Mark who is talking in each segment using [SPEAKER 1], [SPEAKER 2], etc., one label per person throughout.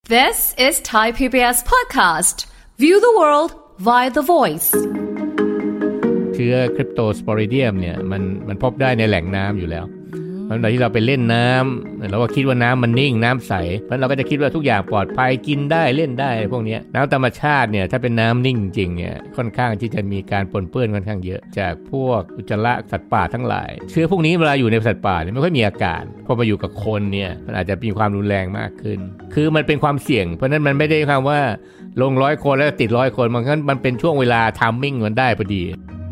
[SPEAKER 1] This is Thai PBS podcast. View the world via the voice.
[SPEAKER 2] เชื้อคริปโตสปอริเดียมเนี่ยมันพบได้ในแหล่งน้ำอยู่แล้วเพราะตอนที่เราไปเล่นน้ำเราก็คิดว่าน้ำมันนิ่งน้ำใสเพราะเราก็จะคิดว่าทุกอย่างปลอดภัยกินได้เล่นได้พวกนี้น้ำธรรมชาติเนี่ยถ้าเป็นน้ำนิ่งจริงเนี่ยค่อนข้างที่จะมีการปนเปื้อนค่อนข้างเยอะจากพวกอุจจาระสัตว์ป่าทั้งหลายเชื้อพวกนี้เวลาอยู่ในสัตว์ป่าเนี่ยไม่ค่อยมีอาการพอมาอยู่กับคนเนี่ยมันอาจจะมีความรุนแรงมากขึ้นคือมันเป็นความเสี่ยงเพราะนั้นมันไม่ได้ความว่าลง100 คนแล้วติด100 คนมันเป็นช่วงเวลาไทมิ่งมันได้พอดี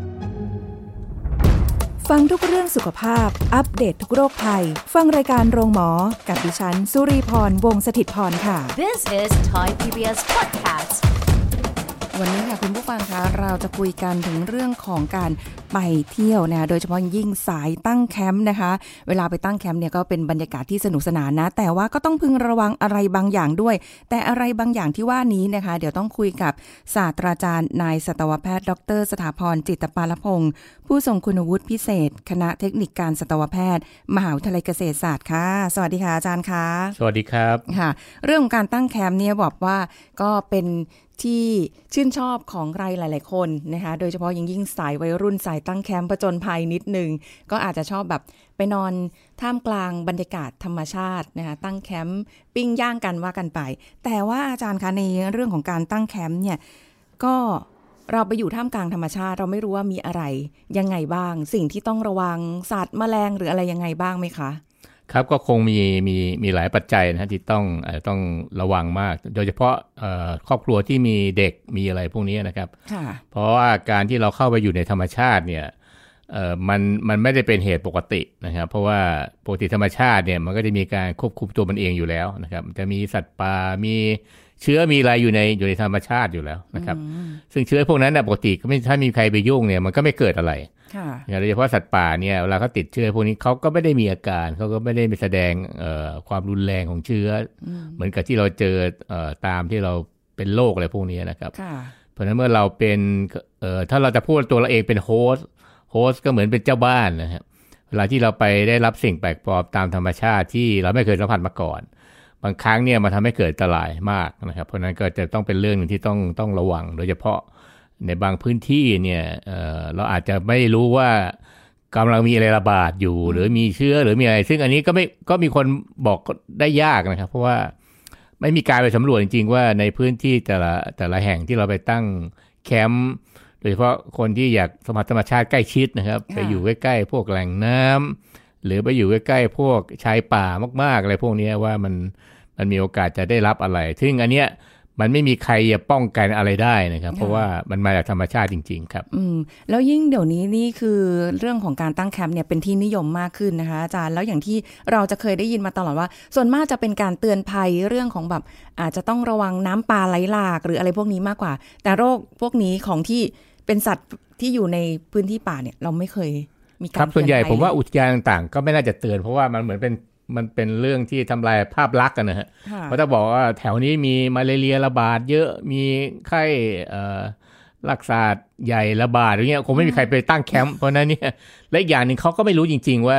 [SPEAKER 3] ฟังทุกเรื่องสุขภาพอัปเดต ทุกโรคภัยฟังรายการโรงหมอกับดิฉันสุรีพรวงศ์สถิตย์พรค่ะ
[SPEAKER 1] This is Thai PBS podcast.
[SPEAKER 3] วันนี้ค่ะคุณผู้ฟังคะเราจะคุยกันถึงเรื่องของการไปเที่ยวนะคะโดยเฉพาะยิ่งสายตั้งแคมป์นะคะเวลาไปตั้งแคมป์เนี่ยก็เป็นบรรยากาศที่สนุกสนานนะแต่ว่าก็ต้องพึงระวังอะไรบางอย่างด้วยแต่อะไรบางอย่างที่ว่านี้นะคะเดี๋ยวต้องคุยกับศาสตราจารย์นายสัตวแพทย์ดร.สถาพรจิตปาลพงศ์ผู้ทรงคุณวุฒิพิเศษคณะเทคนิคการสัตวแพทย์มหาวิทยาลัยเกษตรศาสตร์ค่ะสวัสดีค่ะอาจารย์ค่ะ
[SPEAKER 2] สวัสดีครับ
[SPEAKER 3] ค่ะเรื่องของการตั้งแคมป์เนี่ยบอกว่าก็เป็นที่ชื่นชอบของใครหลายๆคนนะคะโดยเฉพาะยิ่งสายวัยรุ่นสายตั้งแคมป์ผจญภัยนิดนึงก็อาจจะชอบแบบไปนอนท่ามกลางบรรยากาศธรรมชาตินะคะตั้งแคมป์ปิ้งย่างกันว่ากันไปแต่ว่าอาจารย์คะในเรื่องของการตั้งแคมป์เนี่ยก็เราไปอยู่ท่ามกลางธรรมชาติเราไม่รู้ว่ามีอะไรยังไงบ้างสิ่งที่ต้องระวังสัตว์แมลงหรืออะไรยังไงบ้างไหมคะ
[SPEAKER 2] ครับก็คงมีหลายปัจจัยนะที่ต้องระวังมากโดยเฉพาะครอบครัวที่มีเด็กมีอะไรพวกนี้นะครับเพราะว่าการที่เราเข้าไปอยู่ในธรรมชาติเนี่ยมันไม่ได้เป็นเหตุปกตินะครับเพราะว่าปกติธรรมชาติเนี่ยมันก็จะมีการควบคุมตัวมันเองอยู่แล้วนะครับจะมีสัตว์ป่ามีเชื้อมีอะไรอยู่ในธรรมชาติอยู่แล้วนะครับซึ่งเชื้อพวกนั้นปกติก็ไม่ถ้ามีใครไปยุ่งเนี่ยมันก็ไม่เกิดอะไรโดยเฉพาะสัตว์ป่าเนี่ยเวลาเขาติดเชื้อพวกนี้เขาก็ไม่ได้มีอาการเขาก็ไม่ได้แสดงความรุนแรงของเชื้อเหมือนกับที่เราเจอตามที่เราเป็นโรคอะไรพวกนี้นะครับเพราะฉะนั้นเมื่อเราเป็นถ้าเราจะพูดตัวเราเองเป็นโฮสต์ก็เหมือนเป็นเจ้าบ้านนะครับเวลาที่เราไปได้รับสิ่งแปลกปลอมตามธรรมชาติที่เราไม่เคยสัมผัสมาก่อนบางครั้งเนี่ยมันทำให้เกิดอันตรายมากนะครับเพราะนั้นก็จะต้องเป็นเรื่องนึงที่ต้องระวังโดยเฉพาะในบางพื้นที่เนี่ยเราอาจจะไม่รู้ว่ากำลังมีอะไรระบาดอยู่หรือมีเชื้อหรือมีอะไรซึ่งอันนี้ก็มีคนบอกได้ยากนะครับเพราะว่าไม่มีการไปสำรวจจริงๆว่าในพื้นที่แต่ละแห่งที่เราไปตั้งแคมป์โดยเฉพาะคนที่อยากสัมผัสธรรมชาติใกล้ชิดนะครับไปอยู่ใกล้ๆพวกแหล่งน้ำหรือไปอยู่ใกล้ๆพวกชายป่ามากๆอะไรพวกนี้ว่ามันมีโอกาสจะได้รับอะไรซึ่งอันเนี้ยมันไม่มีใครจะป้องกันอะไรได้นะครับเพราะว่ามันมาจากธรรมชาติจริงๆครับ
[SPEAKER 3] แล้วยิ่งเดี๋ยวนี้นี่คือเรื่องของการตั้งแคมป์เนี่ยเป็นที่นิยมมากขึ้นนะคะอาจารย์แล้วอย่างที่เราจะเคยได้ยินมาตลอดว่าส่วนมากจะเป็นการเตือนภัยเรื่องของแบบอาจจะต้องระวังน้ำปลาไหลหลากหรืออะไรพวกนี้มากกว่าแต่โรคพวกนี้ของที่เป็นสัตว์ที่อยู่ในพื้นที่ป่าเนี่ยเราไม่เคยมีการ
[SPEAKER 2] ครับส่วนใหญ่ผมว่าอุทยานต่างๆก็ไม่น่าจะเตือนเพราะว่ามันเหมือนมันเป็นเรื่องที่ทำลายภาพลักษณ์กันนะฮะเพราะถ้าบอกว่าแถวนี้มีมาลาเรียระบาดเยอะมีไข้ลักษาใหญ่ระบาดอย่างเงี้ยคงไม่มีใครไปตั้งแคมป์เพราะนั้นเนี่ยและอีกอย่างนึงเขาก็ไม่รู้จริงๆว่า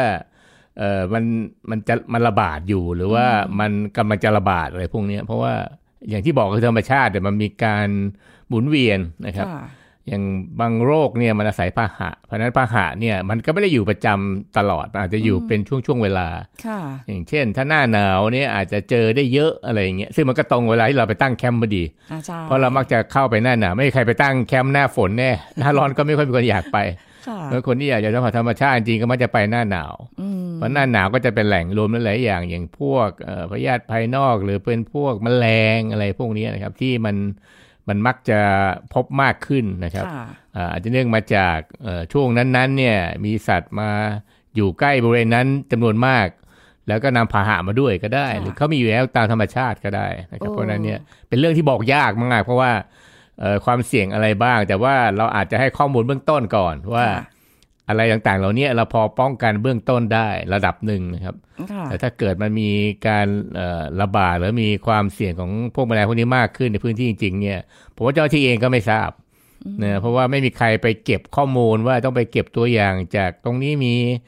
[SPEAKER 2] มันระบาดอยู่หรือว่ามันกำลังจะระบาดอะไรพวกนี้เพราะว่าอย่างที่บอกคือธรรมชาติแต่มันมีการหมุนเวียนนะครับอย่างบางโรคเนี่ยมันอาศัยพาหะเพราะนั้นพาหะเนี่ยมันก็ไม่ได้อยู่ประจำตลอดอาจจะอยู่เป็นช่วงเวลาอย่างเช่นถ้าหน้าหนาวเนี่ยอาจจะเจอได้เยอะอะไรอย่างเงี้ยซึ่งมันก็ตรงเวลาที่เราไปตั้งแคมป์พอดีเพราะเรามักจะเข้าไปหน้าหนาวไม่มีใครไปตั้งแคมป์หน้าฝนแน่หน้าร้อนก็ไม่ค่อยมีคนอยากไปเมื่อคนที่อยากจะสัมผัสธรรมชาติจริงก็มักจะไปหน้าหนาวเพราะหน้าหนาวก็จะเป็นแหล่งรวมหลายอย่างอย่างพวกพยาธิภายนอกหรือเป็นพวกแมลงอะไรพวกนี้นะครับที่มันมักจะพบมากขึ้นนะครับอาจจะเนื่องมาจากช่วงนั้นๆเนี่ยมีสัตว์มาอยู่ใกล้บริเวณนั้นจำนวนมากแล้วก็นำพาหะมาด้วยก็ได้หรือเขามีอยู่แล้วตามธรรมชาติก็ได้นะครับเพราะนั้นเนี่ยเป็นเรื่องที่บอกยากมากเพราะว่าความเสี่ยงอะไรบ้างแต่ว่าเราอาจจะให้ข้อมูลเบื้องต้นก่อนว่าอะไรต่างๆเหล่านี้เราพอป้องกันเบื้องต้นได้ระดับหนึ่งนะครับแต่ถ้าเกิดมันมีการระบาดหรือมีความเสี่ยงของพวกแมลงพวกนี้มากขึ้นในพื้นที่จริงๆเนี่ยผมว่าเจ้าหน้าที่เองก็ไม่ทราบนะเพราะว่าไม่มีใครไปเก็บข้อมูลว่าต้องไปเก็บตัวอย่างจากตรงนี้มี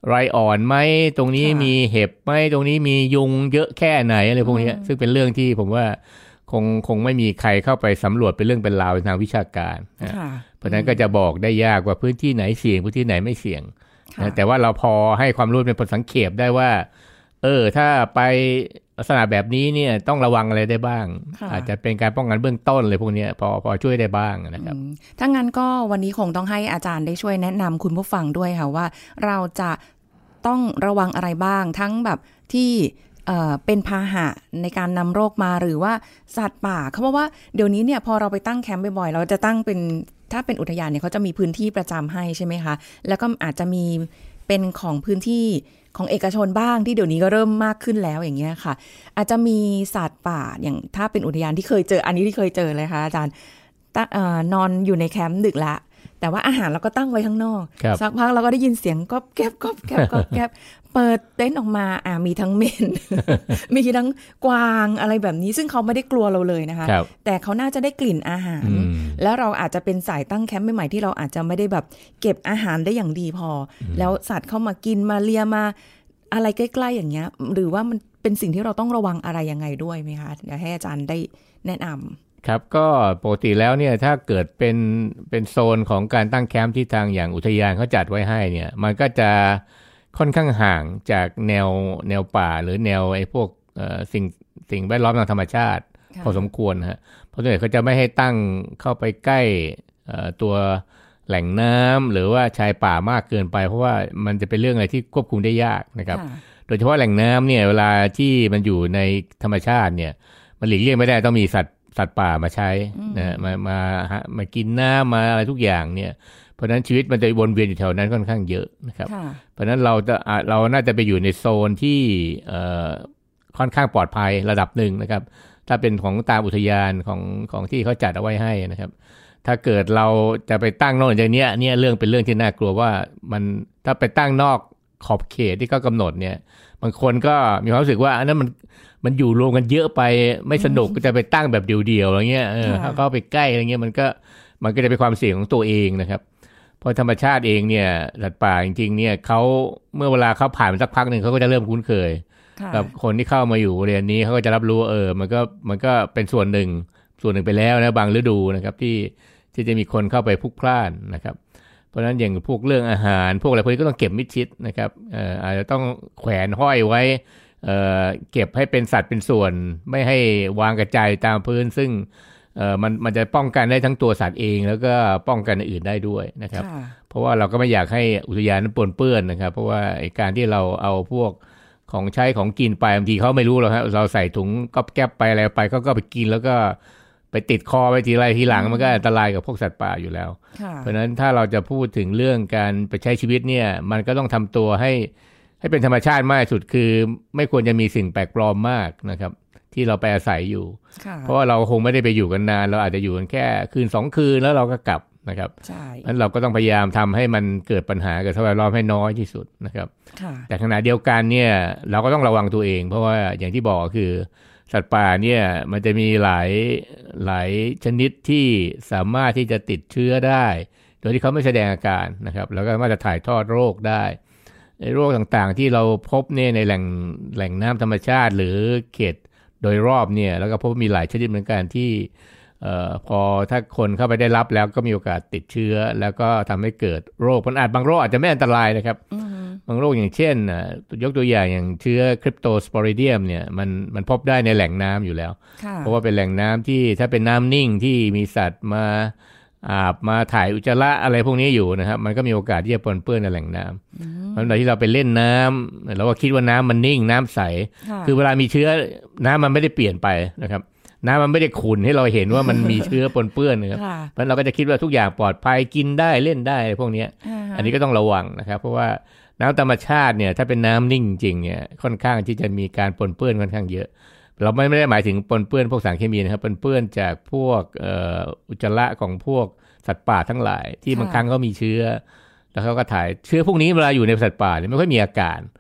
[SPEAKER 2] ไรอ่อนไหมตรงนี้มีเห็บไหมตรงนี้มียุงเยอะแค่ไหนอะไรพวกนี้ซึ่งเป็นเรื่องที่ผมว่าคงไม่มีใครเข้าไปสำรวจเป็นเรื่องเป็นราวทางวิชาการเพราะนั้นก็จะบอกได้ยากว่าพื้นที่ไหนเสี่ยงพื้นที่ไหนไม่เสี่ยงแต่ว่าเราพอให้ความรู้เป็นผลสังเขปได้ว่าถ้าไปลักษณะแบบนี้เนี่ยต้องระวังอะไรได้บ้างอาจจะเป็นการป้องกันเบื้องต้นเลยพวกนี้พอช่วยได้บ้างนะครับ
[SPEAKER 3] ถ้างั้นก็วันนี้คงต้องให้อาจารย์ได้ช่วยแนะนำคุณผู้ฟังด้วยค่ะว่าเราจะต้องระวังอะไรบ้างทั้งแบบที่เป็นพาหะในการนำโรคมาหรือว่าสัตว์ป่าเขาบอกว่าเดี๋ยวนี้เนี่ยพอเราไปตั้งแคมป์บ่อยๆเราจะตั้งเป็นถ้าเป็นอุทยานเนี่ยเขาจะมีพื้นที่ประจำให้ใช่ไหมคะแล้วก็อาจจะมีเป็นของพื้นที่ของเอกชนบ้างที่เดี๋ยวนี้ก็เริ่มมากขึ้นแล้วอย่างเงี้ยค่ะอาจจะมีสัตว์ป่าอย่างถ้าเป็นอุทยานที่เคยเจออันนี้ที่เคยเจอเลยค่ะอาจารย์นอนอยู่ในแคมป์ดึกละแต่ว่าอาหารเราก็ตั้งไว้ข้างนอกสักพักเราก็ได้ยินเสียงก๊อบแก๊บก๊อบแก๊บก๊อบแก๊บเปิดเต็นท์ออกมามีทั้งเม่น มีทั้งกวางอะไรแบบนี้ซึ่งเขาไม่ได้กลัวเราเลยนะคะแต่เขาน่าจะได้กลิ่นอาหารแล้วเราอาจจะเป็นสายตั้งแคมป์ใหม่ๆที่เราอาจจะไม่ได้แบบเก็บอาหารได้อย่างดีพอแล้วสัตว์เข้ามากินมาเลียมาอะไรใกล้ๆอย่างเงี้ยหรือว่ามันเป็นสิ่งที่เราต้องระวังอะไรยังไงด้วยไหมคะเดี๋ยวให้อาจารย์ได้แนะนำ
[SPEAKER 2] ครับก็ปกติแล้วเนี่ยถ้าเกิดเป็นโซนของการตั้งแคมป์ที่ทางอย่างอุทยานเขาจัดไว้ให้เนี่ยมันก็จะค่อนข้างห่างจากแนวป่าหรือแนวไอ้พวกสิ่งแวดล้อมทางธรรมชาติพอสมควรฮะเพราะฉะนั้นเขาจะไม่ให้ตั้งเข้าไปใกล้ตัวแหล่งน้ำหรือว่าชายป่ามากเกินไปเพราะว่ามันจะเป็นเรื่องอะไรที่ควบคุมได้ยากนะครับโดยเฉพาะแหล่งน้ำเนี่ยเวลาที่มันอยู่ในธรรมชาติเนี่ยมันหลีกเลี่ยงไม่ได้ต้องมีสัตว์ป่ามาใช้นะมากินน้ำมาอะไรทุกอย่างเนี่ยเพราะฉะนั้นชีวิตมันจะวนเวียนอยู่แถวนั้นค่อนข้างเยอะนะครับเพราะฉะนั้นเราน่าจะไปอยู่ในโซนที่ค่อนข้างปลอดภัยระดับหนึ่งนะครับถ้าเป็นของตามอุทยานของที่เขาจัดเอาไว้ให้นะครับถ้าเกิดเราจะไปตั้งนอกจากนี้เนี่ยเรื่องเป็นเรื่องที่น่ากลัวว่ามันถ้าไปตั้งนอกขอบเขตที่เขากำหนดเนี่ยบางคนก็มีความรู้สึกว่าอันนั้นมันอยู่รวมกันเยอะไปไม่สนุกก็จะไปตั้งแบบเดี่ยวๆอะไรเงี้ยถ้าเข้าไปใกล้อะไรเงี้ยมันก็จะเป็นความเสี่ยงของตัวเองนะครับเพราะธรรมชาติเองเนี่ยสัตว์ป่าจริงๆเนี่ยเขาเมื่อเวลาเขาผ่านสักพักหนึ่งเขาก็จะเริ่มคุ้นเคยกับคนที่เข้ามาอยู่บริเวณนี้เขาก็จะรับรู้มันก็เป็นส่วนหนึ่งไปแล้วนะบางฤดูนะครับที่จะมีคนเข้าไปพลุกพล่านนะครับเพราะฉะนั้นอย่างพวกเรื่องอาหารพวกอะไรพวกนี้ก็ต้องเก็บมิดชิดนะครับอาจจะต้องแขวนห้อยไว้เก็บให้เป็นสัตว์เป็นส่วนไม่ให้วางกระจายตามพื้นซึ่งมันจะป้องกันได้ทั้งตัวสัตว์เองแล้วก็ป้องกันอื่นได้ด้วยนะครับเพราะว่าเราก็ไม่อยากให้อุทยานนั้นปนเปื้อนนะครับเพราะว่าการที่เราเอาพวกของใช้ของกินไปบางทีเขาไม่รู้หรอกครับเราใส่ถุงก๊อบแก๊บไปอะไรไปเขาก็ไปกินแล้วก็ไปติดคอไปทีไรทีหลังมันก็อันตรายกับพวกสัตว์ป่าอยู่แล้วเพราะฉะนั้นถ้าเราจะพูดถึงเรื่องการไปใช้ชีวิตเนี่ยมันก็ต้องทำตัวให้เป็นธรรมชาติมากที่สุดคือไม่ควรจะมีสิ่งแปลกปลอมมากนะครับที่เราไปอาศัยอยู่เพราะว่าเราคงไม่ได้ไปอยู่กันนานเราอาจจะอยู่กันแค่คืน2คืนแล้วเราก็กลับนะครับงั้นเราก็ต้องพยายามทำให้มันเกิดปัญหากับสภาพแวดล้อมให้น้อยที่สุดนะครับแต่ขณะเดียวกันเนี่ยเราก็ต้องระวังตัวเองเพราะว่าอย่างที่บอกคือสัตว์ป่าเนี่ยมันจะมีหลายชนิดที่สามารถที่จะติดเชื้อได้โดยที่เขาไม่แสดงอาการนะครับแล้วก็สามารถจะถ่ายทอดโรคได้โรคต่างๆที่เราพบเนี่ยในแหล่งน้ำธรรมชาติหรือเขตโดยรอบเนี่ยแล้วก็พบมีหลายชนิดเหมือนกันที่พอถ้าคนเข้าไปได้รับแล้วก็มีโอกาสติดเชื้อแล้วก็ทำให้เกิดโรคบางโรคอาจจะไม่อันตรายนะครับบางโรคอย่างเช่นยกตัวอย่างเชื้อคริปโตสปอริเดียมเนี่ยมันพบได้ในแหล่งน้ำอยู่แล้วเพราะว่าเป็นแหล่งน้ำที่ถ้าเป็นน้ำนิ่งที่มีสัตว์มาอาบมาถ่ายอุจจาระอะไรพวกนี้อยู่นะครับมันก็มีโอกาสที่จะปนเปื้อนในแหล่งน้ำเวลาที่เราไปเล่นน้ำเราก็คิดว่าน้ำมันนิ่งน้ำใสคือเวลามีเชื้อน้ำมันไม่ได้เปลี่ยนไปนะครับน้ำมันไม่ได้ขุ่นให้เราเห็นว่ามันมีเชื้อปนเปื้อนนะครับเพราะเราก็จะคิดว่าทุกอย่างปลอดภัยกินได้เล่นได้พวกนี้อันนี้ก็ต้องระวังนะครับเพราะว่าน้ำธรรมชาติเนี่ยถ้าเป็นน้ำนิ่งจริงเนี่ยค่อนข้างที่จะมีการปนเปื้อนค่อนข้างเยอะเราไม่ได้หมายถึงปนเปื้อนพวกสารเคมีนะครับปนเปื้อนจากพวกอุจจาระของพวกสัตว์ป่าทั้งหลายที่บางครั้งก็มีเชื้อแล้วเขาก็ถ่ายเชื้อพวกนี้เวลาอยู่ในสัตว์ป่าเนี่ยไม่ค่อยมีอาการ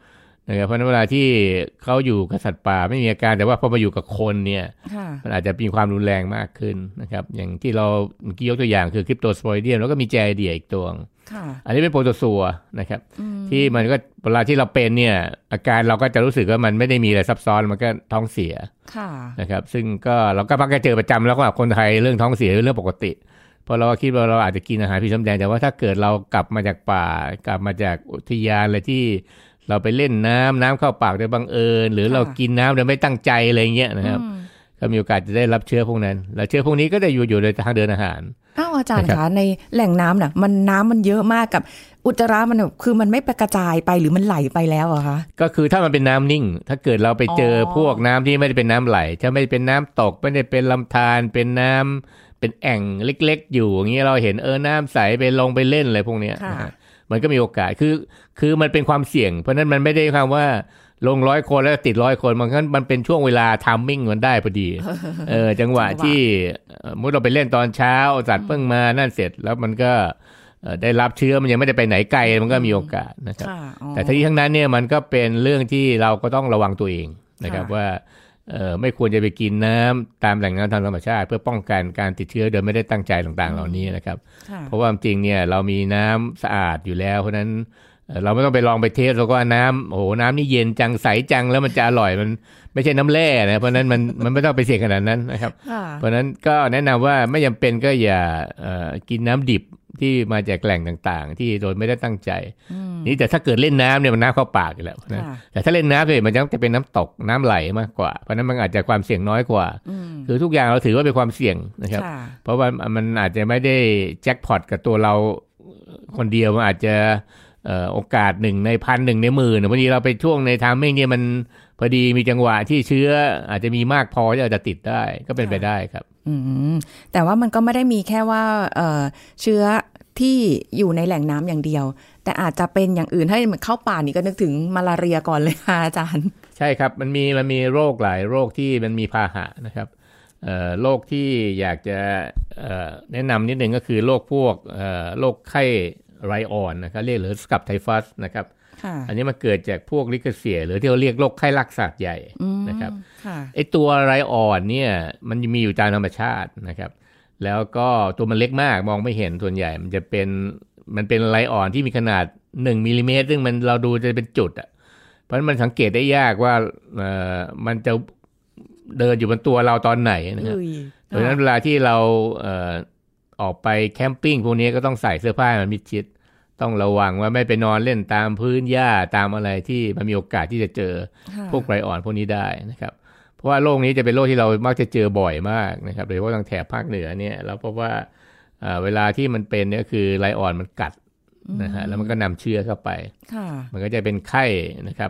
[SPEAKER 2] นะครับเพราะฉะนั้นเวลาที่เขาอยู่กับสัตว์ป่าไม่มีอาการแต่ว่าพอมาอยู่กับคนเนี่ยมันอาจจะมีความรุนแรงมากขึ้นนะครับอย่างที่เราเมื่อกี้ยกตัวอย่างคือคริปโตสโปริเดียมแล้วก็มีแจเดียอีกตัวอันนี้เป็นโปรโตซัวนะครับที่มันก็เวลาที่เราเป็นเนี่ยอาการเราก็จะรู้สึกว่ามันไม่ได้มีอะไรซับซ้อนมันก็ท้องเสียนะครับซึ่งก็เราก็มักจะเจอประจำแล้วว่าคนไทยเรื่องท้องเสียเรื่องปกติเพราะเราคิดว่าเราอาจจะกินอาหารพิษสำแดงแต่ว่าถ้าเกิดเรากลับมาจากป่ากลับมาจากอุทยานอะไรที่เราไปเล่นน้ำเข้าปากโดยบังเอิญหรือเรากินน้ำโดยไม่ตั้งใจอะไรเงี้ยนะครับก็มีโอกาสจะได้รับเชื้อพวกนั้นแล้วเชื้อพวกนี้ก็จะอยู่ในทางเดินอาหาร
[SPEAKER 3] อาจารย์คะในแหล่งน้ำน่ะน้ำมันเยอะมากกับอุจจาระมันคือมันไม่ไปกระจายไปหรือมันไหลไปแล้วอะคะ
[SPEAKER 2] ก็คือถ้ามันเป็นน้ำนิ่งถ้าเกิดเราไปเจอพวกน้ำที่ไม่ได้เป็นน้ำไหลถ้าไม่ได้เป็นน้ำตกไม่ได้เป็นลำธารเป็นน้ำเป็นแอ่งเล็กๆอยู่อย่างเงี้ยเราเห็นน้ำใสไปลงไปเล่นอะไรพวกเนี้ยมันก็มีโอกาสคือมันเป็นความเสี่ยงเพราะนั้นมันไม่ได้คำว่าลง100 คนแล้วติด100 คนมันเป็นช่วงเวลาทัมมิ่งมันได้พอดีจังหวะที่มุดเราไปเล่นตอนเช้าสัตว์เพิ่งมานั่นเสร็จแล้วมันก็ได้รับเชื้อมันยังไม่ได้ไปไหนไกลมันก็มีโอกาสนะครับแต่ทั้งนี้ทั้งนั้นเนี่ยมันก็เป็นเรื่องที่เราก็ต้องระวังตัวเองนะครับว่าไม่ควรจะไปกินน้ำตามแหล่งน้ำทางธรรมชาติเพื่อป้องกันการติดเชื้อโดยไม่ได้ตั้งใจต่างๆเหล่านี้นะครับเพราะว่าจริงเนี่ยเรามีน้ำสะอาดอยู่แล้วเพราะนั้นเราไม่ต้องไปลองไปเทสแล้วก็น้ำน้ำนี่เย็นจังใสจังแล้วมันจะอร่อยมันไม่ใช่น้ำแร่นะเพราะนั้นมันไม่ต้องไปเสี่ยงขนาดนั้นนะครับเพราะนั้นก็แนะนำว่าไม่จำเป็นก็อย่ากินน้ำดิบที่มาจากแหล่งต่างๆที่โดยไม่ได้ตั้งใจนี่แต่ถ้าเกิดเล่นน้ำเนี่ยมันน้ำเข้าปากอยู่แล้วนะแต่ถ้าเล่นน้ำเนี่ยมันจะเป็นน้ำตกน้ำไหลมากกว่าเพราะนั้นมันอาจจะความเสี่ยงน้อยกว่าคือทุกอย่างเราถือว่าเป็นความเสี่ยงนะครับเพราะว่ามันอาจจะไม่ได้แจ็คพอตกับตัวเราคนเดียวมันอาจจะโอกาส1 ใน 1,000 1 ใน 10,000บางทีเราไปช่วงในไทมิ่งเนี่ยมันพอดีมีจังหวะที่เชื้ออาจจะมีมากพอที่จะติดได้ก็เป็นไปได้ครับ
[SPEAKER 3] แต่ว่ามันก็ไม่ได้มีแค่ว่าเชื้อที่อยู่ในแหล่งน้ำอย่างเดียวแต่อาจจะเป็นอย่างอื่นให้เหมือนเข้าป่านี่ก็นึกถึงมาลาเรียก่อนเลยค่ะอาจารย์
[SPEAKER 2] ใช่ครับมันมีโรคหลายโรคที่มันมีพาหะนะครับโรคที่อยากจะแนะนำนิดนึงก็คือโรคพวกโรคไข้ไรอ่อนนะครับเรียกหรือสกับไทฟัสนะครับอันนี้มันเกิดจากพวกลิกเซียหรือที่เราเรียกโรคไข้ลักษาใหญ่นะครับไอตัวไรอ่อนเนี่ยมันมีอยู่ตามธรรมชาตินะครับแล้วก็ตัวมันเล็กมากมองไม่เห็นส่วนใหญ่มันเป็นไรอ่อนที่มีขนาด1 มิลลิเมตรซึ่งเราดูจะเป็นจุดอ่ะเพราะฉะนั้นมันสังเกตได้ยากว่ามันจะเดินอยู่บนตัวเราตอนไหนนะครับเพราะฉะนั้นเวลาที่เราออกไปแคมปิ้งพวกนี้ก็ต้องใส่เสื้อผ้ามันมิดชิดต้องระวังว่าไม่ไปนอนเล่นตามพื้นหญ้าตามอะไรที่มันมีโอกาสที่จะเจอพวกไรอ่อนพวกนี้ได้นะครับเพราะว่าโรคนี้จะเป็นโรคที่เรามักจะเจอบ่อยมากนะครับโดยเฉพาะทางแถบภาคเหนือเนี่ยแล้วเพราะว่าเวลาที่มันเป็นเนี่ยคือไรอ่อนมันกัดนะฮะแล้วมันก็นำเชื้อเข้าไปมันก็จะเป็นไข้นะครับ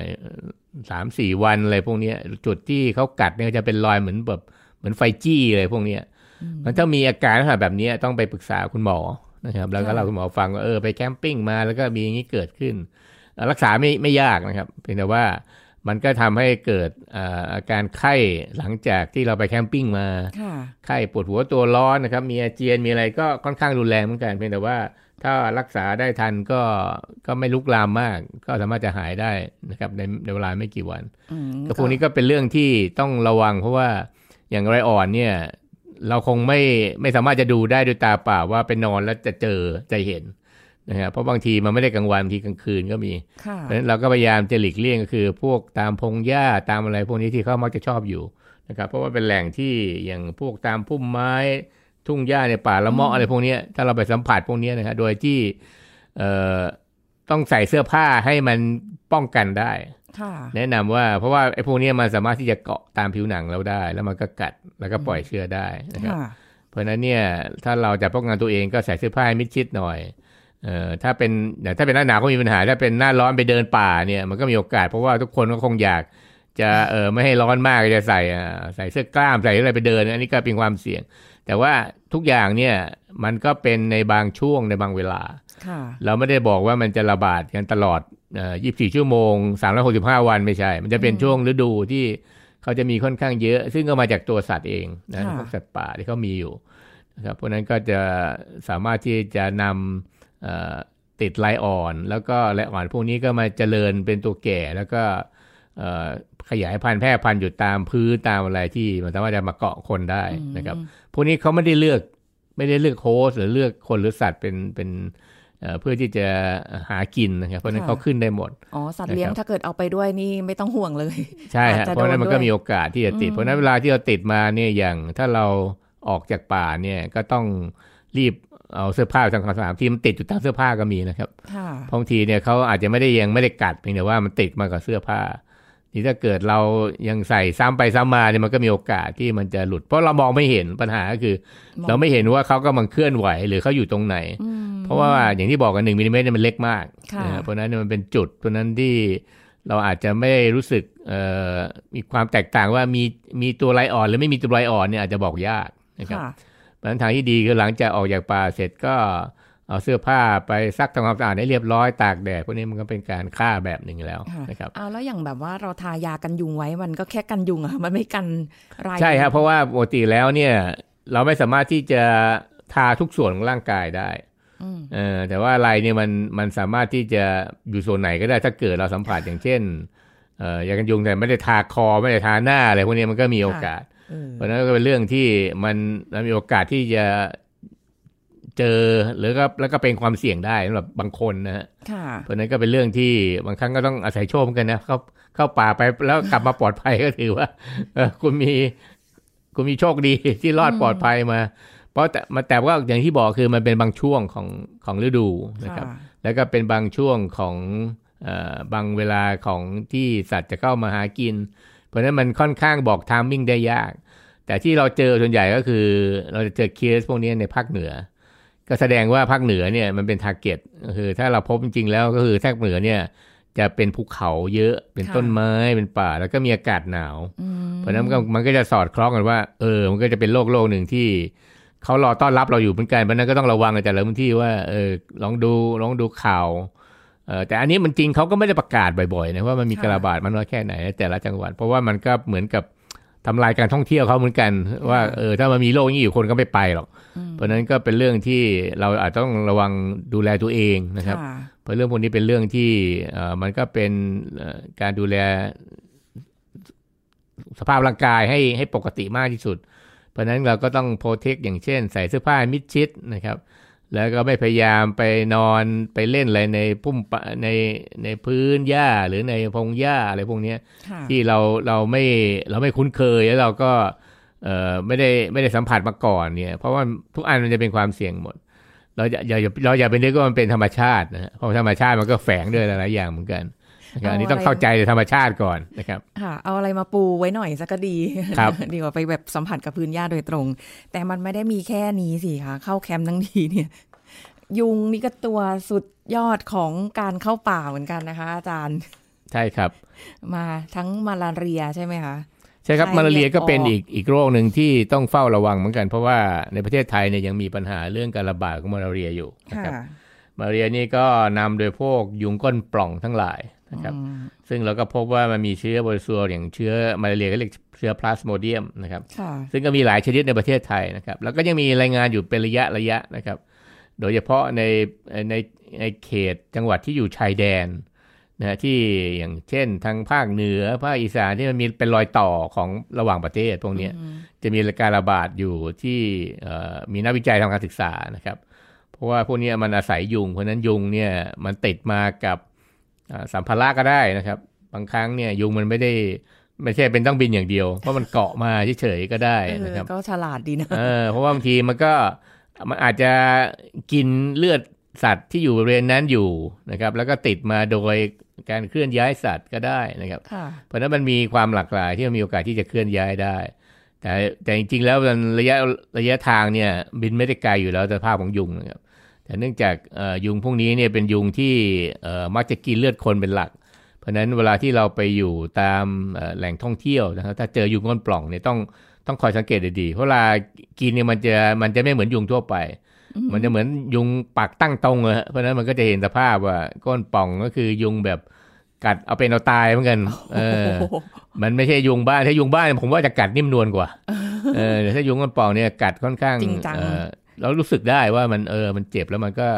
[SPEAKER 2] 3-4 วันอะไรพวกนี้จุดที่เขากัดเนี่ยจะเป็นรอยเหมือนไฟจี้อะไรพวกนี้มันถ้ามีอาการแบบนี้ต้องไปปรึกษาคุณหมอนะครับแล้วก็เราคุณหมอฟังว่าไปแคมปิ้งมาแล้วก็มีอย่างนี้เกิดขึ้นรักษาไม่ยากนะครับเพียงแต่ว่ามันก็ทำให้เกิดอาการไข้หลังจากที่เราไปแคมปิ้งมาไข้ปวดหัวตัวร้อนนะครับมีอาเจียนมีอะไรก็ค่อนข้างรุนแรงเหมือนกันเพียงแต่ว่าถ้ารักษาได้ทันก็ไม่ลุกลามมากก็สามารถจะหายได้นะครับในเวลาไม่กี่วันแต่พวกนี้ก็เป็นเรื่องที่ต้องระวังเพราะว่าอย่างไรอ่อนเนี่ยเราคงไม่สามารถจะดูได้ด้วยตาเปล่าว่าไปนอนแล้วจะเห็นนะครับเพราะบางทีมันไม่ได้กลางวันบางทีกลางคืนก็มีเพราะฉะนั้นเราก็พยายามจะหลีกเลี่ยงก็คือพวกตามพงหญ้าตามอะไรพวกนี้ที่เขามักจะชอบอยู่นะครับเพราะว่าเป็นแหล่งที่อย่างพวกตามพุ่มไม้ทุ่งหญ้าในป่าละเมาะอะไรพวกนี้ถ้าเราไปสัมผัสพวกนี้นะครับโดยที่ต้องใส่เสื้อผ้าให้มันป้องกันได้แนะนำว่าเพราะว่าไอ้พวกนี้มันสามารถที่จะเกาะตามผิวหนังเราได้แล้วมันก็กัดแล้วก็ปล่อยเชื้อได้นะครับเพราะฉะนั้นเนี่ยถ้าเราจะป้องกันตัวเองก็ใส่เสื้อผ้ามิดชิดหน่อยถ้าเป็นหน้าหนาวก็มีปัญหาถ้าเป็นหน้าร้อนไปเดินป่าเนี่ยมันก็มีโอกาสเพราะว่าทุกคนก็คงอยากจะไม่ให้ร้อนมากจะใส่เสื้อกล้ามใส่อะไรไปเดินอันนี้ก็เป็นความเสี่ยงแต่ว่าทุกอย่างเนี่ยมันก็เป็นในบางช่วงในบางเวลาเราไม่ได้บอกว่ามันจะระบาดกันตลอด24 ชั่วโมง365 วันไม่ใช่มันจะเป็นช่วงฤดูที่เขาจะมีค่อนข้างเยอะซึ่งก็มาจากตัวสัตว์เองนะพวกสัตว์ป่าที่เขามีอยู่นะครับเพราะนั้นก็จะสามารถที่จะนำติดไรอ่อนแล้วก็ไรอ่อนพวกนี้ก็มาเจริญเป็นตัวแก่แล้วก็ขยายพันธุ์แพร่พันธุ์อยู่ตามพื้นตามอะไรที่มันสามารถจะมาเกาะคนได้นะครับพวกนี้เขาไม่ได้เลือกโฮสต์หรือเลือกคนหรือสัตว์เป็นเพื่อที่จะหากินนะครับเพราะนั้นเขาขึ้นได้หมด
[SPEAKER 3] สัตว์เลี้ยงถ้าเกิดเอาไปด้วยนี่ไม่ต้องห่วงเลย
[SPEAKER 2] ใช่เพราะนั้นมันก็มีโอกาสที่จะติดเพราะนั้นเวลาที่เราติดมาเนี่ยอย่างถ้าเราออกจากป่าเนี่ยก็ต้องรีบเอาเสื้อผ้าทางความสะอาดที่มันติดอยู่ตามเสื้อผ้าก็มีนะครับบางทีเนี่ยเขาอาจจะไม่ได้กัดเพียงแต่ว่ามันติดมากับเสื้อผ้านี่ถ้าเกิดเรายังใส่ซ้ำไปซ้ำมาเนี่ยมันก็มีโอกาสที่มันจะหลุดเพราะเรามองไม่เห็นปัญหาก็คือเราไม่เห็นว่าเขากำลังเคลื่อนไหวหรือเขาอยู่ตรงไหนเพราะว่าอย่างที่บอกกัน1 มิลลิเมตรเนี่ยมันเล็กมากเพราะนั้นมันเป็นจุดเพราะนั้นที่เราอาจจะไม่รู้สึกมีความแตกต่างว่ามีตัวไรอ่อนหรือไม่มีตัวไรอ่อนเนี่ยอาจจะบอกยากนะครับเพราะฉะนั้นทางที่ดีคือหลังจากออกจากป่าเสร็จก็เอาเสื้อผ้าไปซักทำความสะอาดให้เรียบร้อยตากแดดพวกนี้มันก็เป็นการฆ่าแบบหนึ่งแล้วนะครับ
[SPEAKER 3] แล้วอย่างแบบว่าเราทายากันยุงไว้มันก็แค่กันยุงอะมันไม่กันไร
[SPEAKER 2] ใช่ครับเพราะว่าปกติแล้วเนี่ยเราไม่สามารถที่จะทาทุกส่วนของร่างกายได้แต่ว่าไรเนี่ยมันสามารถที่จะอยู่ส่วนไหนก็ได้ถ้าเกิดเราสัมผัสอย่างเช่นยากันยุงแต่ไม่ได้ทาคอไม่ได้ทาหน้าอะไรพวกนี้มันก็มีโอกาสเพราะนั้นก็เป็นเรื่องที่มันมีโอกาสที่จะเจอหรือก็แล้วก็เป็นความเสี่ยงได้สำหรับบางคนนะฮะเพราะนั้นก็เป็นเรื่องที่บางครั้งก็ต้องอาศัยโชคเหมือนกันนะเข้าป่าไปแล้วกลับมาปลอดภัยก็ถือว่าคุณมีโชคดีที่รอดปลอดภัยมาเพราะแต่ว่าอย่างที่บอกคือมันเป็นบางช่วงของฤดูนะครับแล้วก็เป็นบางช่วงของบางเวลาของที่สัตว์จะเข้ามาหากินเพราะนั้นมันค่อนข้างบอกไทมิ่งได้ยากแต่ที่เราเจอส่วนใหญ่ก็คือเราจะเจอเคสพวกนี้ในภาคเหนือก็แสดงว่าภาคเหนือเนี่ยมันเป็นทาร์เก็ตคือถ้าเราพบจริงๆแล้วก็คือภาคเหนือเนี่ยจะเป็นภูเขาเยอะเป็นต้นไม้เป็นป่าแล้วก็มีอากาศหนาวเพราะนั้นมันก็จะสอดคล้องกันว่ามันก็จะเป็นโลกหนึ่งที่เขารอต้อนรับเราอยู่เหมือนกันเพราะนั้นก็ต้องระวังในแต่ละพื้นที่ว่าลองดูข่าวแต่อันนี้มันจริงเขาก็ไม่ได้ประกาศบ่อยๆนะว่ามันมีการระบาดมันน้อยแค่ไหนในแต่ละจังหวัดเพราะว่ามันก็เหมือนกับทำลายการท่องเที่ยวเขาเหมือนกันว่าถ้ามันมีโรคนี้อยู่คนก็ไม่ไปหรอกเพราะนั้นก็เป็นเรื่องที่เราอาจต้องระวังดูแลตัวเองนะครับเพราะเรื่องพวกนี้เป็นเรื่องที่มันก็เป็นการดูแลสภาพร่างกายให้ปกติมากที่สุดเพราะนั้นเราก็ต้องโปรเทคอย่างเช่นใส่เสื้อผ้ามิดชิดนะครับแล้วก็ไม่พยายามไปนอนไปเล่นอะไรในพุ่มในพื้นหญ้าหรือในพงหญ้าอะไรพวกนี้ที่เราไม่คุ้นเคยแล้วเราก็ไม่ได้สัมผัสมาก่อนเนี่ยเพราะว่าทุกอันมันจะเป็นความเสี่ยงหมดเราอย่าไปนึกว่ามันเป็นธรรมชาตินะเพราะธรรมชาติมันก็แฝงด้วยหลายอย่างเหมือนกันอันนี้ต้องเข้าใจในธรรมชาติก่อนนะครับ
[SPEAKER 3] เอาอะไรมาปูไว้หน่อยสักก็ดีดีกว่าไปแบบสัมผัสกับพื้นหญ้าโดยตรงแต่มันไม่ได้มีแค่นี้สิคะเข้าแคมป์ทั้งทีเนี่ยยุงนี่ก็ตัวสุดยอดของการเข้าป่าเหมือนกันนะคะอาจารย์
[SPEAKER 2] ใช่ครับ
[SPEAKER 3] มาทั้งมาลาเรียใช่ไหมคะ
[SPEAKER 2] ใช่ครับมาลาเรียก็เป็นอีกโรคหนึ่งที่ต้องเฝ้าระวังเหมือนกันเพราะว่าในประเทศไทยเนี่ยยังมีปัญหาเรื่องการระบาดของมาลาเรียอยู่นะครับมาลาเรียนี่ก็นำโดยพวกยุงก้นปล่องทั้งหลายนะครับซึ่งเราก็พบว่ามันมีเชื้อบริสุทธิ์อย่างเชื้อมาลาเรียก็เรียกเชื้อพลาสโมเดียมนะครับซึ่งก็มีหลายชนิดในประเทศไทยนะครับแล้วก็ยังมีรายงานอยู่เป็นระยะนะครับโดยเฉพาะในเขตจังหวัดที่อยู่ชายแดนนะที่อย่างเช่นทางภาคเหนือภาคอีสานที่มันมีเป็นรอยต่อของระหว่างประเทศพวกนี้จะมีการระบาดอยู่ที่มีนักวิจัยทางการศึกษานะครับเพราะว่าพวกนี้มันอาศัยยุงเพราะนั้นยุงเนี่ยมันติดมากับสัมภาระก็ได้นะครับบางครั้งเนี่ยยุงมันไม่ใช่เป็นต้องบินอย่างเดียวเพราะมันเกาะมาเฉยๆก็ได้นะครับ
[SPEAKER 3] ก็ฉลาดดีนะ
[SPEAKER 2] เพราะว่าบางทีมันอาจจะกินเลือดสัตว์ที่อยู่บริเวณนั้นอยู่นะครับแล้วก็ติดมาโดยการเคลื่อนย้ายสัตว์ก็ได้นะครับเพราะนั้นมันมีความหลากหลายที่มีโอกาสที่จะเคลื่อนย้ายได้แต่จริงๆแล้วระยะทางเนี่ยบินไม่ได้ไกลอยู่แล้วสภาพของยุงนะครับแต่เนื่องจากยุงพวกนี้เนี่ยเป็นยุงที่มักจะกินเลือดคนเป็นหลักเพราะนั้นเวลาที่เราไปอยู่ตามแหล่งท่องเที่ยวนะครับถ้าเจอยุงก้นปล่องเนี่ยต้องคอยสังเกตดีๆเพราะเวลากินเนี่ยมันจะไม่เหมือนยุงทั่วไปมันจะเหมือนยุงปากตั้งตรงเลยเพราะนั้นมันก็จะเห็นสภาพว่าก้นป่องก็คือยุงแบบกัดเอาเป็นเอาตายเหมือนกันมันไม่ใช่ยุงบ้านถ้ายุงบ้านผมว่าจะกัดนิ่มนวลกว่าถ้ายุงก้นป่องเนี่ยกัดค่อนข้างเรารู้สึกได้ว่ามันเจ็บแล้วมันก็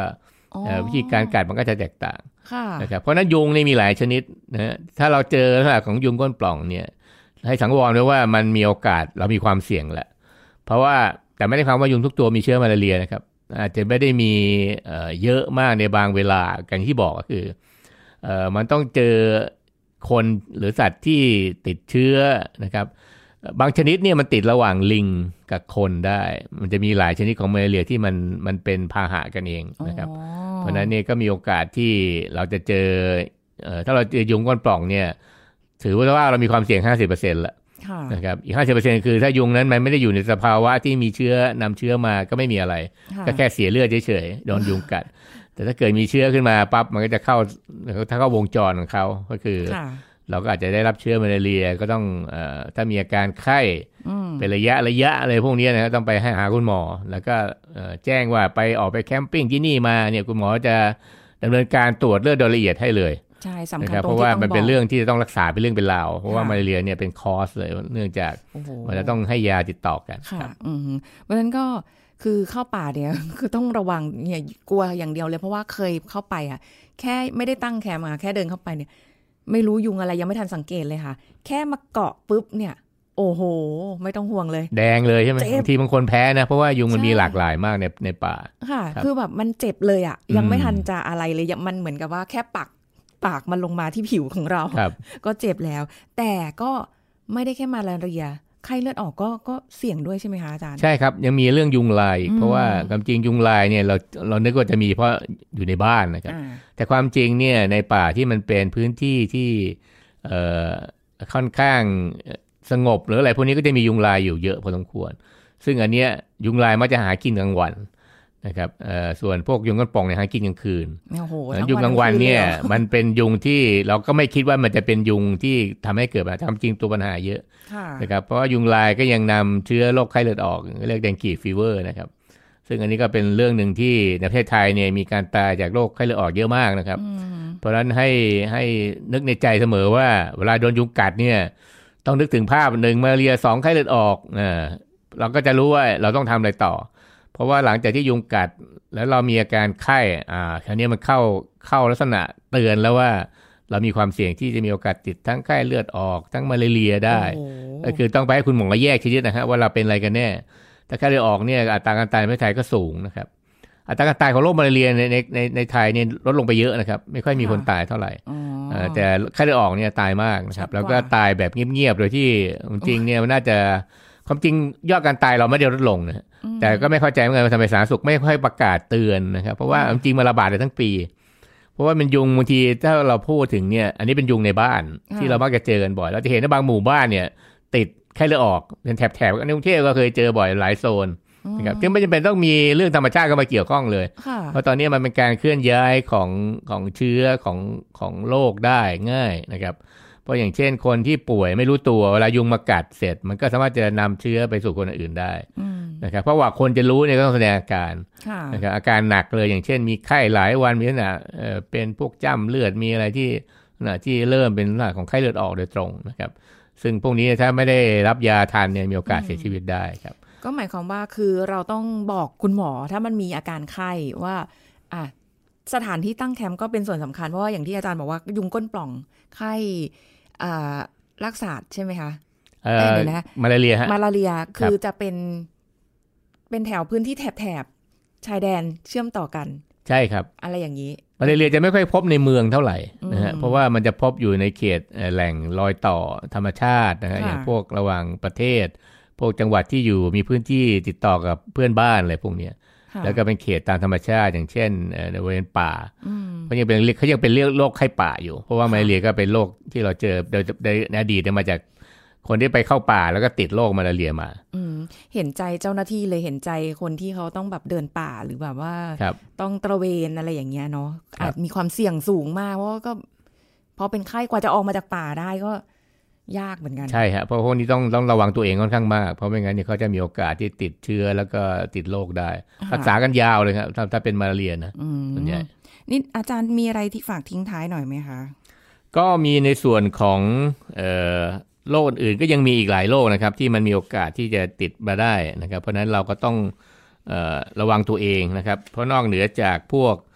[SPEAKER 2] วิธีการกัดมันก็จะแตกต่างนะครับเพราะนั้นยุงนี่มีหลายชนิดนะถ้าเราเจอลักษณะของยุงก้นปล่องเนี่ยให้สังวรไว้ว่ามันมีโอกาสเรามีความเสี่ยงแหละเพราะว่าแต่ไม่ได้ความว่ายุงทุกตัวมีเชื้อมาลาเรียนะครับอาจจะไม่ได้มีเยอะมากในบางเวลาอย่างที่บอกก็คือมันต้องเจอคนหรือสัตว์ที่ติดเชื้อนะครับบางชนิดเนี่ยมันติดระหว่างลิงกับคนได้มันจะมีหลายชนิดของมาลาเรียที่มันเป็นพาหะกันเองนะครับเพราะนั้นเนี่ยก็มีโอกาสที่เราจะเจอถ้าเราเจอยุงก้นปล่องเนี่ยถือว่าเรามีความเสี่ยง 50% ละนะครับอีก 50% คือถ้ายุงนั้นมันไม่ได้อยู่ในสภาวะที่มีเชื้อนำเชื้อมาก็ไม่มีอะไรก็แค่เสียเลือดเฉยๆโดนยุงกัดแต่ถ้าเกิดมีเชื้อขึ้นมาปั๊บมันก็จะเข้าวงจรของเขาก็คือเราก็อาจจะได้รับเชื้อมาลาเรียก็ต้องถ้ามีอาการไข้เป็นระยะอะไรพวกนี้นะต้องไปให้หาคุณหมอแล้วก็แจ้งว่าไปออกไปแคมปิ้งที่นี่มาเนี่ยคุณหมอจะดำเนินการตรวจเลือดโดยละเอียดให้เลย
[SPEAKER 3] ใช่สำคัญตรงที่ต้องบอก
[SPEAKER 2] เพราะว่ามันเป็นเรื่องที่จะต้องรักษาเป็นเรื่องเป็นราวเพราะว่ามาลาเรียเนี่ยเป็นคอสเลยเนื่องจากมันจะต้องให้ยาติดต่อกัน
[SPEAKER 3] ค่ะเพราะฉะนั้นก็คือเข้าป่าเนี่ยคือต้องระวังเนี่ยกลัวอย่างเดียวเลยเพราะว่าเคยเข้าไปแค่ไม่ได้ตั้งแคมป์แค่เดินเข้าไปเนี่ยไม่รู้ยุงอะไรยังไม่ทันสังเกตเลยค่ะแค่มาเกาะปุ๊บเนี่ยโอ้โหไม่ต้องห่วงเลย
[SPEAKER 2] แดงเลยใช่ไหมบางทีบางคนแพ้นะเพราะว่ายุงมันมีหลากหลายมากในป่า
[SPEAKER 3] ค่ะคือแบบมันเจ็บเลยยังไม่ทันจะอะไรเลยมันเหมือนกับว่าแค่ปากมันลงมาที่ผิวของเราก็เจ็บแล้วแต่ก็ไม่ได้แค่มาลาเรียไข้เลือดออกก็เสี่ยงด้วยใช่ไหมคะอาจารย์
[SPEAKER 2] ใช่ครับยังมีเรื่องยุงลายเพราะว่าความจริงยุงลายเนี่ยเรานึกว่าจะมีเพราะอยู่ในบ้านนะครับแต่ความจริงเนี่ยในป่าที่มันเป็นพื้นที่ที่ค่อนข้างสงบหรืออะไรพวกนี้ก็จะมียุงลายอยู่เยอะพอสมควรซึ่งอันเนี้ยยุงลายมักจะหากินกลางวันนะครับส่วนพวกยุงก้นป่องเนี่ยหากินกลางคืนยุงกลางวันเนี่ยมันเป็นยุงที่เราก็ไม่คิดว่ามันจะเป็นยุงที่ทำให้เกิดปัญหาจริงตัวปัญหาเยอะนะครับเพราะว่ายุงลายก็ยังนำเชื้อโรคไข้เลือดออกเรียกแดงกีฟีเวอร์นะครับซึ่งอันนี้ก็เป็นเรื่องหนึ่งที่ในประเทศไทยเนี่ยมีการตายจากโรคไข้เลือดออกเยอะมากนะครับเพราะฉะนั้นให้นึกในใจเสมอว่าเวลาโดนยุงกัดเนี่ยต้องนึกถึงภาพ1มาลาเรีย2ไข้เลือดออกเราก็จะรู้ว่าเราต้องทำอะไรต่อเพราะว่าหลังจากที่ยุงกัดแล้วเรามีอาการไข้คราวนี้มันเข้าลักษณะเตือนแล้วว่าเรามีความเสี่ยงที่จะมีโอกาสติดทั้งไข้เลือดออกทั้งมาลาเรียได้ก็คือต้องไปให้คุณหมอแยกชนิดนะฮะว่าเราเป็นอะไรกันแน่ถ้าไข้เลือดออกเนี่ยอัตราการตายในประเทศไทยก็สูงนะครับอัตราการตายของโรคมาลาเรียในไทยเนี่ยลดลงไปเยอะนะครับไม่ค่อยมีคนตายเท่าไหร่แต่ไข้เลือดออกเนี่ยตายมากนะครับแล้วก็ตายแบบเงียบๆโดยที่จริงเนี่ยมันน่าจะความจริงยอดการตายเราไม่ได้ลดลงนะแต่ก็ไม่เข้าใจเหมือนกันว่าทำไมสาธารณสุขไม่ค่อยประกาศเตือนนะครับเพราะว่าจริงมันระบาดเลยทั้งปีเพราะว่ามันยุงบางทีถ้าเราพูดถึงเนี่ยอันนี้เป็นยุงในบ้านที่เรามักจะเจอกันบ่อยเราจะเห็นว่าบางหมู่บ้านเนี่ยติดไข้เลือดออกเป็นแถบในกรุงเทพก็เคยเจอบ่อยหลายโซนนะครับซึ่งไม่จำเป็นต้องมีเรื่องธรรมชาติเข้ามาเกี่ยวข้องเลยเพราะตอนนี้มันเป็นการเคลื่อนย้ายของเชื้อของโรคได้ง่ายนะครับเพราะอย่างเช่นคนที่ป่วยไม่รู้ตัวเวลายุงมากัดเสร็จมันก็สามารถจะนำเชื้อไปสู่คนอื่นได้นะครับเพราะว่าคนจะรู้เนี่ยก็ต้องแสดงอาการนะครับอาการหนักเลยอย่างเช่นมีไข้หลายวันมีลักษณะเป็นพวกจ้ำเลือดมีอะไรที่เริ่มเป็นลักษณะของไข้เลือดออกโดยตรงนะครับซึ่งพวกนี้ถ้าไม่ได้รับยาทันเนี่ยมีโอกาสเสียชีวิตได้ครับ
[SPEAKER 3] ก็หมายความว่าคือเราต้องบอกคุณหมอถ้ามันมีอาการไข้ว่าสถานที่ตั้งแคมป์ก็เป็นส่วนสำคัญเพราะว่าอย่างที่อาจารย์บอกว่ายุงก้นปล่องไข้รักษาใช่ไหมคะ
[SPEAKER 2] มาลาเรียฮะ
[SPEAKER 3] มาลาเรียคือจะเป็นแถวพื้นที่แถบชายแดนเชื่อมต่อกัน
[SPEAKER 2] ใช่ครับ
[SPEAKER 3] อะไรอย่างนี้
[SPEAKER 2] มาลาเรียจะไม่ค่อยพบในเมืองเท่าไหร่นะฮะเพราะว่ามันจะพบอยู่ในเขตแหล่งรอยต่อธรรมชาตินะฮะอย่างพวกระหว่างประเทศพวกจังหวัดที่อยู่มีพื้นที่ติดต่อกับเพื่อนบ้านอะไรพวกนี้แล้วก็เป็นเขตตามธรรมชาติอย่างเช่นในบริเวณป่าเขายังเป็นโรคไข้ป่าอยู่เพราะว่ามาลาเรียก็เป็นโรคที่เราเจอโดยในอดีตมาจากคนที่ไปเข้าป่าแล้วก็ติดโรคมาลาเรียมา
[SPEAKER 3] เห็นใจเจ้าหน้าที่เลยเห็นใจคนที่เขาต้องแบบเดินป่าหรือแบบว่าต้องตระเวนอะไรอย่างเงี้ยเนาะอาจมีความเสี่ยงสูงมากเพราะก็พอเป็นไข้กว่าจะออกมาจากป่าได้ก็ยากเหมือนกัน
[SPEAKER 2] ใช่ฮะเพราะพวกนี้ต้องระวังตัวเองค่อนข้างมากเพราะไม่งั้นเนี่ยเขาจะมีโอกาสที่ติดเชื้อแล้วก็ติดโรคได้รักษากันยาวเลยครับถ้าเป็นมาลาเรียนะส่วนใหญ่
[SPEAKER 3] นี่อาจารย์มีอะไรที่ฝากทิ้งท้ายหน่อยไหมคะ
[SPEAKER 2] ก็มีในส่วนของโรคอื่นก็ยังมีอีกหลายโรคนะครับที่มันมีโอกาสที่จะติดมาได้นะครับเพราะฉะนั้นเราก็ต้องระวังตัวเองนะครับเพราะนอกเหนือจากพวก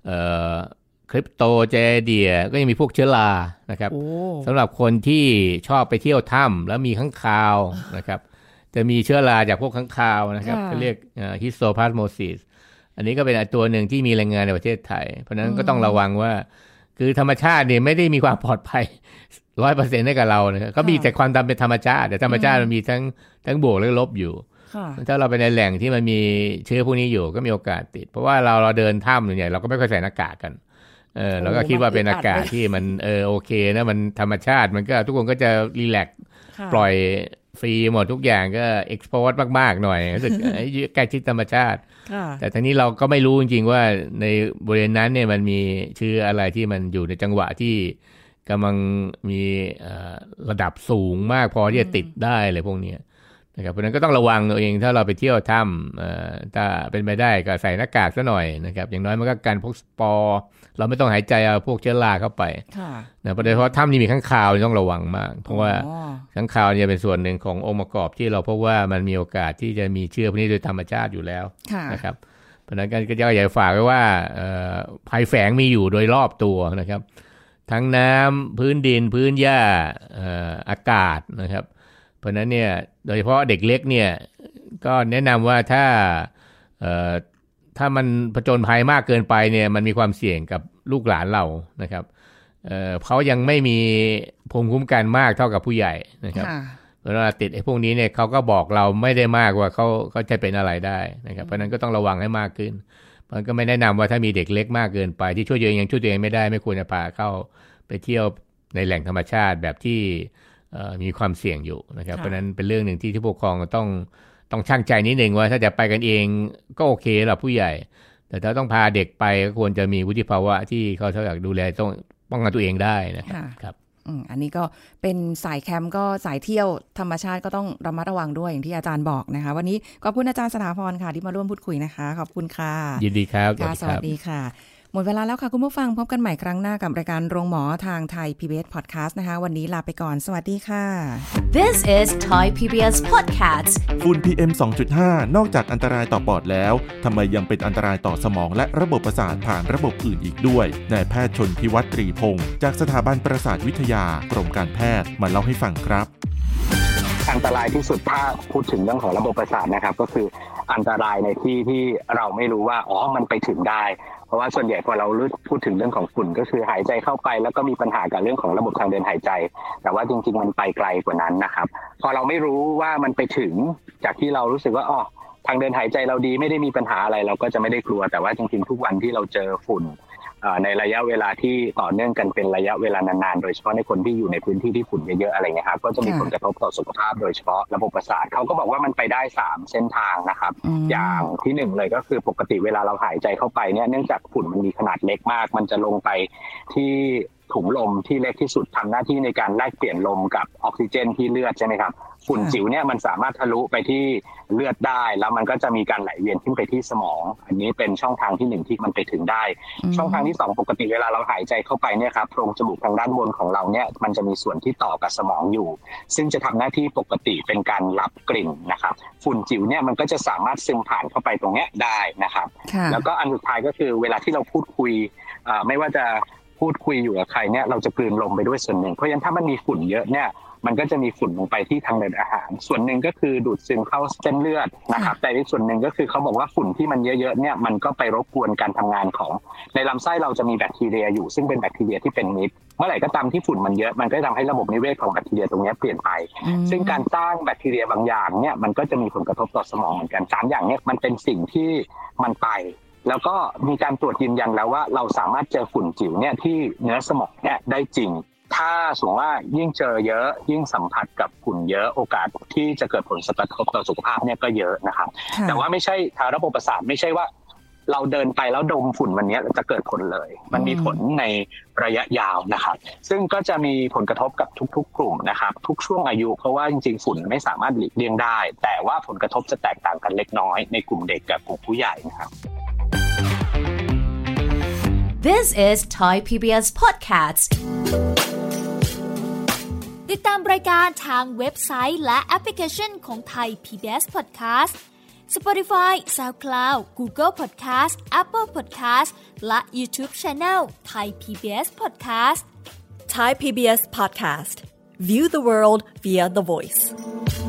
[SPEAKER 2] คริปโตเจเดียก็ยังมีพวกเชื้อรานะครับสำหรับคนที่ชอบไปเที่ยวถ้ำแล้วมีค้างคาวนะครับจะมีเชื้อราจากพวกค้างคาวนะครับเขาเรียกฮิสโตพลาสโมซิสอันนี้ก็เป็นตัวหนึ่งที่มีรายงานในประเทศไทยเพราะฉะนั้นก็ต้องระวังว่าคือธรรมชาติเนี่ยไม่ได้มีความปลอดภัย 100% ให้กับเรานะครับก็มีแต่ความตามเป็นธรรมชาติแต่ธรรมชาติมันมีทั้งบวกและลบอยู่ถ้าเราไปในแหล่งที่มันมีเชื้อพวกนี้อยู่ก็มีโอกาสติดเพราะว่าเราเดินถ้ำเนี่ยเราก็ไม่ค่อยใส่หน้ากากกันเราก็คิดว่าเป็นอากาศที่มันโอเคนะมันธรรมชาติมันก็ทุกคนก็จะรีแลกซ์ปล่อยฟรีหมดทุกอย่างก็เอ็กซ์โพสมากๆหน่อยรู้สึกใกล้ชิดธรรมชาติแต่ทีนี้เราก็ไม่รู้จริงๆว่าในบริเวณนั้นเนี่ยมันมีเชื้ออะไรที่มันอยู่ในจังหวะที่กำลังมีระดับสูงมากพอที่จะติดได้อะไรพวกนี้นะครับเพราะนั้นก็ต้องระวังตัวเองถ้าเราไปเที่ยวถ้ำถ้าเป็นไปได้ก็ใส่หน้ากากซะหน่อยนะครับอย่างน้อยมันก็กันพวกสปอร์เราไม่ต้องหายใจเอาพวกเชื้อราเข้าไปนะเพราะถ้ำนี่มีค้างคาวต้องระวังมากเพราะว่าค้างคาวเนี่ยเป็นส่วนหนึ่งขององค์ประกอบที่เราพบว่ามันมีโอกาสที่จะมีเชื้อพวกนี้โดยธรรมชาติอยู่แล้วนะครับเพราะนั้นก็อยากฝากไว้ว่าภัยแฝงมีอยู่โดยรอบตัวนะครับทั้งน้ำพื้นดินพื้นหญ้าอากาศนะครับเพราะนั้นเนี่ยโดยเฉพาะเด็กเล็กเนี่ยก็แนะนำว่าถ้ามันผจญภัยมากเกินไปเนี่ยมันมีความเสี่ยงกับลูกหลานเรานะครับเขายังไม่มีภูมิคุ้มกันมากเท่ากับผู้ใหญ่นะครับเวลาติดไอ้พวกนี้เนี่ยเขาก็บอกเราไม่ได้มากว่าเขาจะเป็นอะไรได้นะครับเพราะนั้นก็ต้องระวังให้มากขึ้นมันก็ไม่แนะนำว่าถ้ามีเด็กเล็กมากเกินไปที่ช่วยตัวเองยังช่วยตัวเองไม่ได้ไม่ควรจะพาเข้าไปเที่ยวในแหล่งธรรมชาติแบบที่มีความเสี่ยงอยู่นะครับเพราะนั้นเป็นเรื่องหนึ่งที่ผู้ปกครองต้องชั่งใจนิดนึงว่าถ้าจะไปกันเองก็โอเคสำหรับผู้ใหญ่แต่ถ้าต้องพาเด็กไปก็ควรจะมีวุฒิภาวะที่เขาสามารถดูแลต้องป้องกันตัวเองได้นะครับ
[SPEAKER 3] อันนี้ก็เป็นสายแคมป์ก็สายเที่ยวธรรมชาติก็ต้องระมัดระวังด้วยอย่างที่อาจารย์บอกนะคะวันนี้ขอบคุณอาจารย์สถาพรค่ะที่มาร่วมพูดคุยนะคะขอบคุณค่ะ
[SPEAKER 2] ยินดีครับ
[SPEAKER 3] สวัสดีค่ะหมดเวลาแล้วค่ะคุณผู้ฟังพบกันใหม่ครั้งหน้ากับรายการโรงหมอทางไทย PBS Podcast นะคะวันนี้ลาไปก่อนสวัสดีค่ะ
[SPEAKER 1] This is Thai PBS Podcast
[SPEAKER 4] ฝุ่น PM 2.5 นอกจากอันตรายต่อปอดแล้วทำไมยังเป็นอันตรายต่อสมองและระบบประสาทผ่านระบบอื่นอีกด้วยนายแพทย์ชลพิวัตร ตรีพงศ์จากสถาบันประสาทวิทยากรมการแพทย์มาเล่าให้ฟังครับ
[SPEAKER 5] อันตรายที่สุดถ้าพูดถึงเรื่องของระบบประสาทนะครับก็คืออันตรายในที่เราไม่รู้ว่ามันไปถึงได้เพราะว่าส่วนใหญ่พอเราพูดถึงเรื่องของฝุ่นก็คือหายใจเข้าไปแล้วก็มีปัญหากับเรื่องของระบบทางเดินหายใจแต่ว่าจริงๆมันไปไกลกว่านั้นนะครับพอเราไม่รู้ว่ามันไปถึงจากที่เรารู้สึกว่าทางเดินหายใจเราดีไม่ได้มีปัญหาอะไรเราก็จะไม่ได้กลัวแต่ว่าจริงๆทุกวันที่เราเจอฝุ่นในระยะเวลาที่ต่อเนื่องกันเป็นระยะเวลานานๆโดยเฉพาะในคนที่อยู่ในพื้นที่ที่ฝุ่นเยอะๆอะไรเงี้ยครับก็จะมีผลกระทบต่อสุขภาพโดยเฉพาะระบบประสาทเขาก็บอกว่ามันไปได้3เส้นทางนะครับอย่างที่1เลยก็คือปกติเวลาเราหายใจเข้าไปเนี่ยเนื่องจากฝุ่นมันมีขนาดเล็กมากมันจะลงไปที่ถุงลมที่เล็กที่สุดทำหน้าที่ในการแลกเปลี่ยนลมกับออกซิเจนที่เลือดใช่ไหมครับฝุ่นจิ๋วเนี่ยมันสามารถทะลุไปที่เลือดได้แล้วมันก็จะมีการไหลเวียนขึ้นไปที่สมองอันนี้เป็นช่องทางที่1ที่มันไปถึงได้ช่องทางที่2ปกติเวลาเราหายใจเข้าไปเนี่ยครับโพรงจมูกทางด้านบนของเราเนี่ยมันจะมีส่วนที่ต่อกับสมองอยู่ซึ่งจะทำหน้าที่ปกติเป็นการรับกลิ่นนะครับฝุ่นจิ๋วเนี่ยมันก็จะสามารถซึมผ่านเข้าไปตรงเนี้ยได้นะครับแล้วก็อันสุดท้ายก็คือเวลาที่เราพูดคุยไม่ว่าจะพูดคุยอยู่กับใครเนี่ยเราจะกลืนลมไปด้วยส่วนหนึ่งเพราะฉะนั้นถ้ามันมีฝุ่นเยอะเนี่ยมันก็จะมีฝุ่นลงไปที่ทางเดินอาหารส่วนหนึ่งก็คือดูดซึมเข้าเส้นเลือดนะครับแต่อีกส่วนหนึ่งก็คือเขาบอกว่าฝุ่นที่มันเยอะๆเนี่ยมันก็ไปรบกวนการทำงานของในลำไส้เราจะมีแบคทีเรียอยู่ซึ่งเป็นแบคทีเรียที่เป็นมิตรเมื่อไหร่ก็ตามที่ฝุ่นมันเยอะมันก็ทำให้ระบบนิเวศของแบคทีเรียตรงนี้เปลี่ยนไปซึ่งการสร้างแบคทีเรียบางอย่างเนี่ยมันก็จะมีผลกระทบต่อสมองเหมือนกัน3อย่างเนี่ยมันเป็นสิ่งที่มันไปแล้วก็มีการตรวจยืนยันแล้วว่าเราสามารถเจอฝุ่นจิ๋วเนี่ยที่เนื้อสมองเนี่ยได้จริงถ้าสมมติว่ายิ่งเจอเยอะยิ่งสัมผัสกับฝุ่นเยอะโอกาสที่จะเกิดผลกระทบต่อสุขภาพเนี่ยก็เยอะนะครับแต่ว่าไม่ใช่ทางระบบประสาทไม่ใช่ว่าเราเดินไปแล้วดมฝุ่นวันนี้จะเกิดผลเลยมันมีผลในระยะยาวนะครับซึ่งก็จะมีผลกระทบกับทุกๆกลุ่มนะครับทุกช่วงอายุเพราะว่าจริงๆฝุ่นไม่สามารถหลีกเลี่ยงได้แต่ว่าผลกระทบจะแตกต่างกันเล็กน้อยในกลุ่มเด็กกับกลุ่มผู้ใหญ่นะครับ
[SPEAKER 1] This is Thai PBS Podcast
[SPEAKER 6] ติดตามรายการทางเว็บไซต์และแอปพลิเคชันของ Thai PBS Podcast Spotify, SoundCloud, Google Podcast, Apple Podcast และ YouTube Channel Thai PBS Podcast
[SPEAKER 1] Thai PBS Podcast. View the world via the voice.